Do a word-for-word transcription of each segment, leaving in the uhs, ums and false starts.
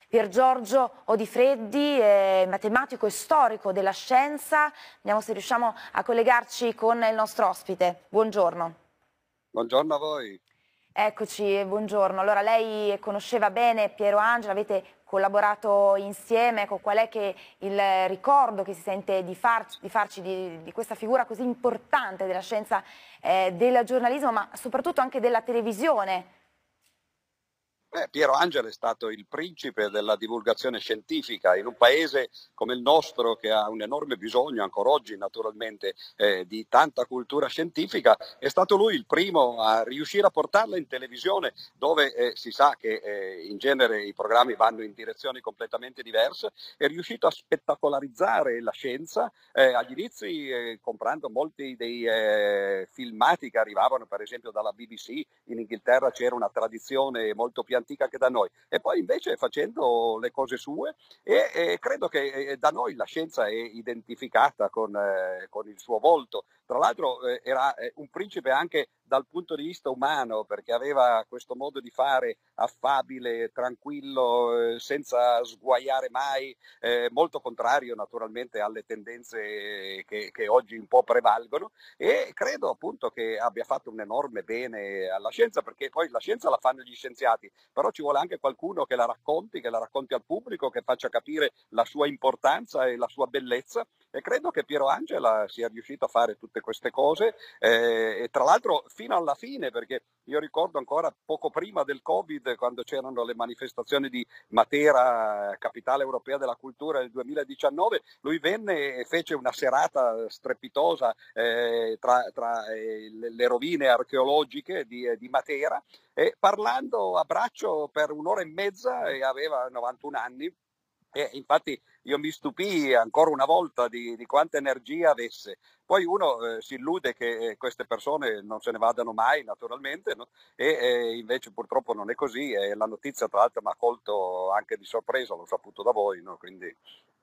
Pier Giorgio Odifreddi, eh, matematico e storico della scienza. Vediamo se riusciamo a collegarci con il nostro ospite. Buongiorno. Buongiorno a voi. Eccoci, buongiorno. Allora, lei conosceva bene Piero Angela, avete collaborato insieme. Ecco, qual è che il ricordo che si sente di farci, di, farci di, di questa figura così importante della scienza, eh, del giornalismo, ma soprattutto anche della televisione? Beh, Piero Angela è stato il principe della divulgazione scientifica in un paese come il nostro, che ha un enorme bisogno, ancora oggi naturalmente, eh, di tanta cultura scientifica. È stato lui il primo a riuscire a portarla in televisione, dove eh, si sa che eh, in genere i programmi vanno in direzioni completamente diverse. È riuscito a spettacolarizzare la scienza, eh, agli inizi eh, comprando molti dei eh, filmati che arrivavano per esempio dalla B B C. In Inghilterra c'era una tradizione molto più antica che da noi, e poi invece facendo le cose sue, e, e credo che eh, da noi la scienza è identificata con, eh, con il suo volto. Tra l'altro eh, era eh, un principe anche dal punto di vista umano, perché aveva questo modo di fare affabile, tranquillo, eh, senza sguaiare mai, eh, molto contrario naturalmente alle tendenze che, che oggi un po' prevalgono, e credo appunto che abbia fatto un enorme bene alla scienza, perché poi la scienza la fanno gli scienziati, però ci vuole anche qualcuno che la racconti, che la racconti al pubblico, che faccia capire la sua importanza e la sua bellezza, e credo che Piero Angela sia riuscito a fare tutte queste cose, eh, e tra l'altro fino alla fine, perché io ricordo ancora poco prima del Covid, quando c'erano le manifestazioni di Matera, capitale europea della cultura nel duemiladiciannove, lui venne e fece una serata strepitosa eh, tra, tra eh, le rovine archeologiche di, di Matera, e parlando a braccio per un'ora e mezza, e aveva novantuno anni. E infatti io mi stupii ancora una volta di, di quanta energia avesse. Poi uno eh, si illude che eh, queste persone non se ne vadano mai, naturalmente, no? E eh, invece purtroppo non è così, e la notizia tra l'altro mi ha colto anche di sorpresa, l'ho saputo da voi, no? Quindi...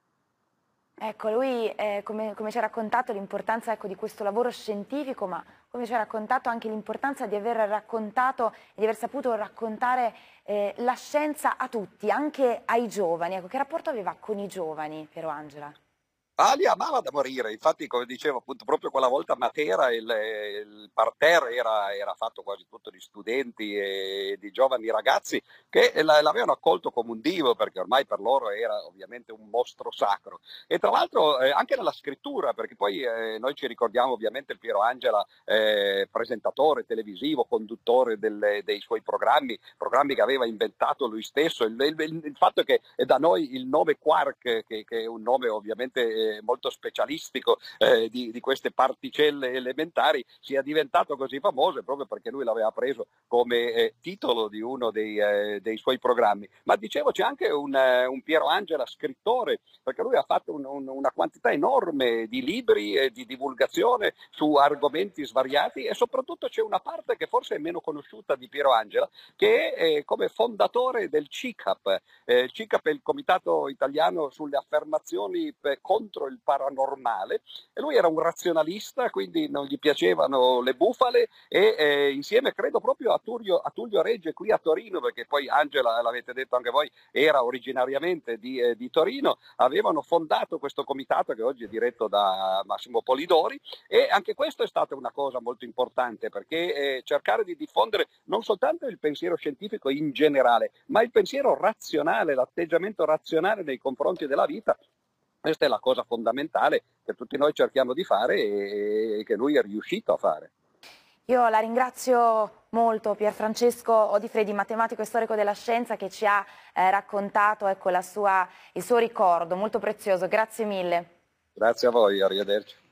Ecco, lui, eh, come, come ci ha raccontato, l'importanza, ecco, di questo lavoro scientifico, ma come ci ha raccontato anche l'importanza di aver raccontato e di aver saputo raccontare eh, la scienza a tutti, anche ai giovani. Ecco, che rapporto aveva con i giovani, Piero Angela? Ah, li amava da morire, infatti come dicevo appunto proprio quella volta a Matera il, il parterre era, era fatto quasi tutto di studenti e di giovani ragazzi che l'avevano accolto come un divo, perché ormai per loro era ovviamente un mostro sacro. E tra l'altro eh, anche nella scrittura, perché poi eh, noi ci ricordiamo ovviamente il Piero Angela eh, presentatore televisivo, conduttore delle, dei suoi programmi, programmi che aveva inventato lui stesso. Il, il, il fatto è che è da noi il nome Quark, che, che è un nome ovviamente eh, molto specialistico eh, di, di queste particelle elementari, sia diventato così famoso proprio perché lui l'aveva preso come eh, titolo di uno dei, eh, dei suoi programmi. Ma dicevo c'è anche un, eh, un Piero Angela scrittore, perché lui ha fatto un, un, una quantità enorme di libri e di divulgazione su argomenti svariati, e soprattutto c'è una parte che forse è meno conosciuta di Piero Angela, che è eh, come fondatore del C I C A P. Eh, il C I C A P è il Comitato Italiano sulle affermazioni per, contro il paranormale, e lui era un razionalista, quindi non gli piacevano le bufale, e eh, insieme credo proprio a Tullio, a Tullio Regge qui a Torino, perché poi Angela, l'avete detto anche voi, era originariamente di, eh, di Torino, avevano fondato questo comitato che oggi è diretto da Massimo Polidori, e anche questo è stata una cosa molto importante, perché eh, cercare di diffondere non soltanto il pensiero scientifico in generale, ma il pensiero razionale, l'atteggiamento razionale nei confronti della vita. Questa è la cosa fondamentale che tutti noi cerchiamo di fare e che lui è riuscito a fare. Io la ringrazio molto, Pierfrancesco Odifreddi, matematico e storico della scienza, che ci ha eh, raccontato, ecco, la sua, il suo ricordo, molto prezioso. Grazie mille. Grazie a voi, arrivederci.